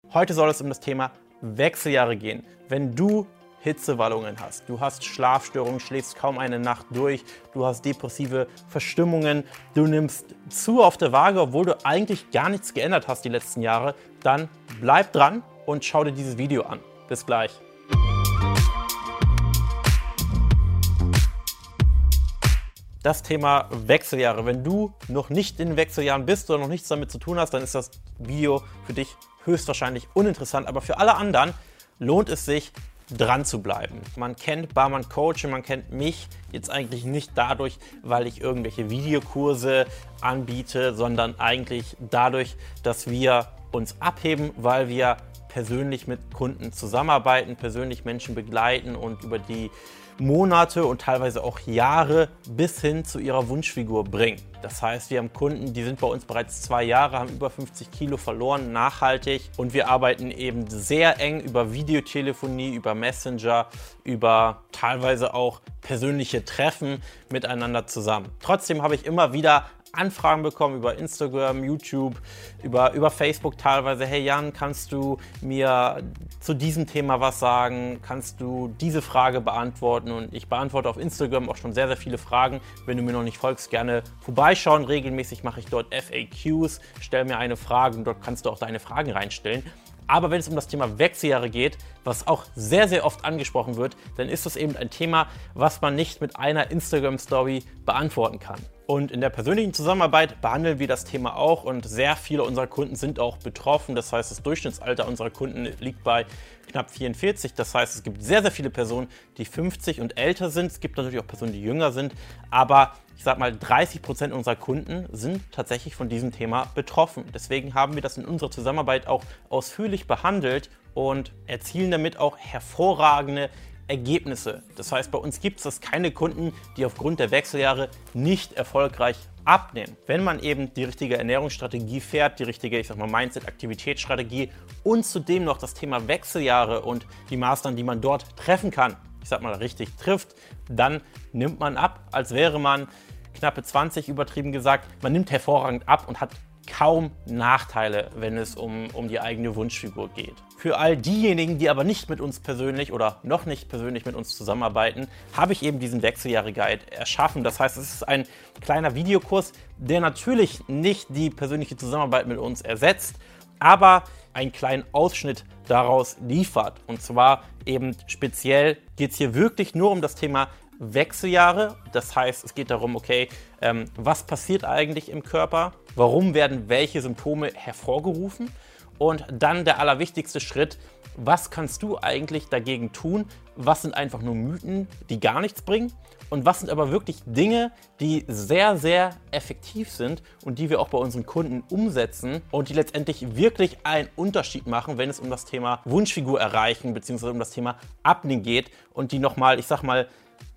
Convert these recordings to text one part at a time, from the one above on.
Heute soll es um das Thema Wechseljahre gehen. Wenn du Hitzewallungen hast, du hast Schlafstörungen, schläfst kaum eine Nacht durch, du hast depressive Verstimmungen, du nimmst zu auf der Waage, obwohl du eigentlich gar nichts geändert hast die letzten Jahre, dann bleib dran und schau dir dieses Video an. Bis gleich. Das Thema Wechseljahre. Wenn du noch nicht in den Wechseljahren bist oder noch nichts damit zu tun hast, dann ist das Video für dich höchstwahrscheinlich uninteressant. Aber für alle anderen lohnt es sich, dran zu bleiben. Man kennt Barmann Coach und man kennt mich jetzt eigentlich nicht dadurch, weil ich irgendwelche Videokurse anbiete, sondern eigentlich dadurch, dass wir uns abheben, weil wir persönlich mit Kunden zusammenarbeiten, persönlich Menschen begleiten und über die Monate und teilweise auch Jahre bis hin zu ihrer Wunschfigur bringen. Das heißt, wir haben Kunden, die sind bei uns bereits 2 Jahre, haben über 50 Kilo verloren, nachhaltig, und wir arbeiten eben sehr eng über Videotelefonie, über Messenger, über teilweise auch persönliche Treffen miteinander zusammen. Trotzdem habe ich immer wieder Anfragen bekommen über Instagram, YouTube, über Facebook teilweise. Hey Jan, kannst du mir zu diesem Thema was sagen? Kannst du diese Frage beantworten? Und ich beantworte auf Instagram auch schon sehr, sehr viele Fragen. Wenn du mir noch nicht folgst, gerne vorbeischauen. Regelmäßig mache ich dort FAQs, stell mir eine Frage und dort kannst du auch deine Fragen reinstellen. Aber wenn es um das Thema Wechseljahre geht, was auch sehr, sehr oft angesprochen wird, dann ist das eben ein Thema, was man nicht mit einer Instagram-Story beantworten kann. Und in der persönlichen Zusammenarbeit behandeln wir das Thema auch, und sehr viele unserer Kunden sind auch betroffen. Das heißt, das Durchschnittsalter unserer Kunden liegt bei knapp 44. Das heißt, es gibt sehr, sehr viele Personen, die 50 und älter sind. Es gibt natürlich auch Personen, die jünger sind. Aber ich sag mal, 30% unserer Kunden sind tatsächlich von diesem Thema betroffen. Deswegen haben wir das in unserer Zusammenarbeit auch ausführlich behandelt und erzielen damit auch hervorragende Ergebnisse. Das heißt, bei uns gibt es keine Kunden, die aufgrund der Wechseljahre nicht erfolgreich abnehmen. Wenn man eben die richtige Ernährungsstrategie fährt, die richtige, ich sag mal, Mindset-Aktivitätsstrategie und zudem noch das Thema Wechseljahre und die Maßnahmen, die man dort treffen kann, ich sag mal, richtig trifft, dann nimmt man ab, als wäre man knappe 20, übertrieben gesagt. Man nimmt hervorragend ab und hat kaum Nachteile, wenn es um die eigene Wunschfigur geht. Für all diejenigen, die aber nicht mit uns persönlich oder noch nicht persönlich mit uns zusammenarbeiten, habe ich eben diesen Wechseljahre-Guide erschaffen. Das heißt, es ist ein kleiner Videokurs, der natürlich nicht die persönliche Zusammenarbeit mit uns ersetzt, aber einen kleinen Ausschnitt daraus liefert. Und zwar eben speziell geht es hier wirklich nur um das Thema Wechseljahre. Das heißt, es geht darum, okay, was passiert eigentlich im Körper? Warum werden welche Symptome hervorgerufen? Und dann der allerwichtigste Schritt: Was kannst du eigentlich dagegen tun? Was sind einfach nur Mythen, die gar nichts bringen? Und was sind aber wirklich Dinge, die sehr, sehr effektiv sind und die wir auch bei unseren Kunden umsetzen und die letztendlich wirklich einen Unterschied machen, wenn es um das Thema Wunschfigur erreichen bzw. um das Thema Abnehmen geht und die nochmal, ich sag mal,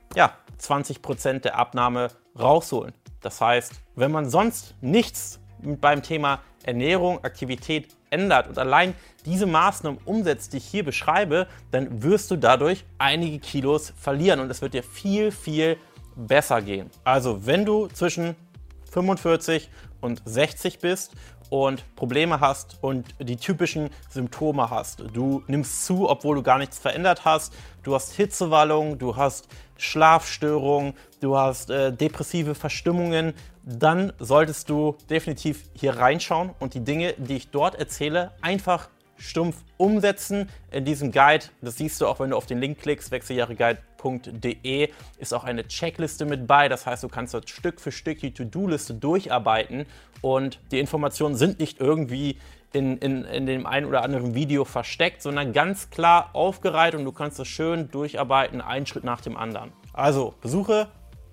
20% der Abnahme rausholen. Das heißt, wenn man sonst nichts beim Thema Ernährung, Aktivität ändert und allein diese Maßnahmen umsetzt, die ich hier beschreibe, dann wirst du dadurch einige Kilos verlieren und es wird dir viel, viel besser gehen. Also wenn du zwischen 45 und 60 bist und Probleme hast und die typischen Symptome hast, du nimmst zu, obwohl du gar nichts verändert hast, du hast Hitzewallung, du hast Schlafstörungen, du hast depressive Verstimmungen, dann solltest du definitiv hier reinschauen und die Dinge, die ich dort erzähle, einfach stumpf umsetzen in diesem Guide. Das siehst du auch, wenn du auf den Link klickst, wechseljahreguide.de, ist auch eine Checkliste mit bei. Das heißt, du kannst dort Stück für Stück die To-Do-Liste durcharbeiten und die Informationen sind nicht irgendwie in dem einen oder anderen Video versteckt, sondern ganz klar aufgereiht und du kannst das schön durcharbeiten, einen Schritt nach dem anderen. Also besuche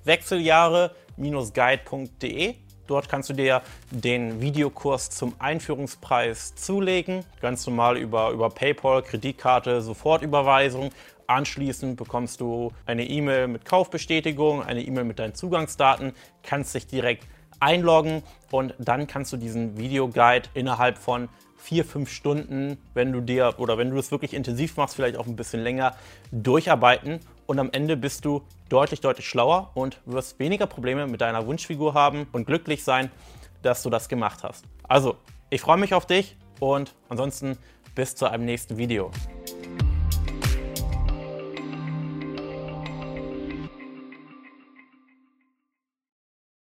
wechseljahre-guide.de. Dort kannst du dir den Videokurs zum Einführungspreis zulegen. Ganz normal über PayPal, Kreditkarte, Sofortüberweisung. Anschließend bekommst du eine E-Mail mit Kaufbestätigung, eine E-Mail mit deinen Zugangsdaten, kannst dich direkt einloggen und dann kannst du diesen Videoguide innerhalb von 4-5 Stunden, wenn du es wirklich intensiv machst, vielleicht auch ein bisschen länger, durcharbeiten. Und am Ende bist du deutlich, deutlich schlauer und wirst weniger Probleme mit deiner Wunschfigur haben und glücklich sein, dass du das gemacht hast. Also, ich freue mich auf dich und ansonsten bis zu einem nächsten Video.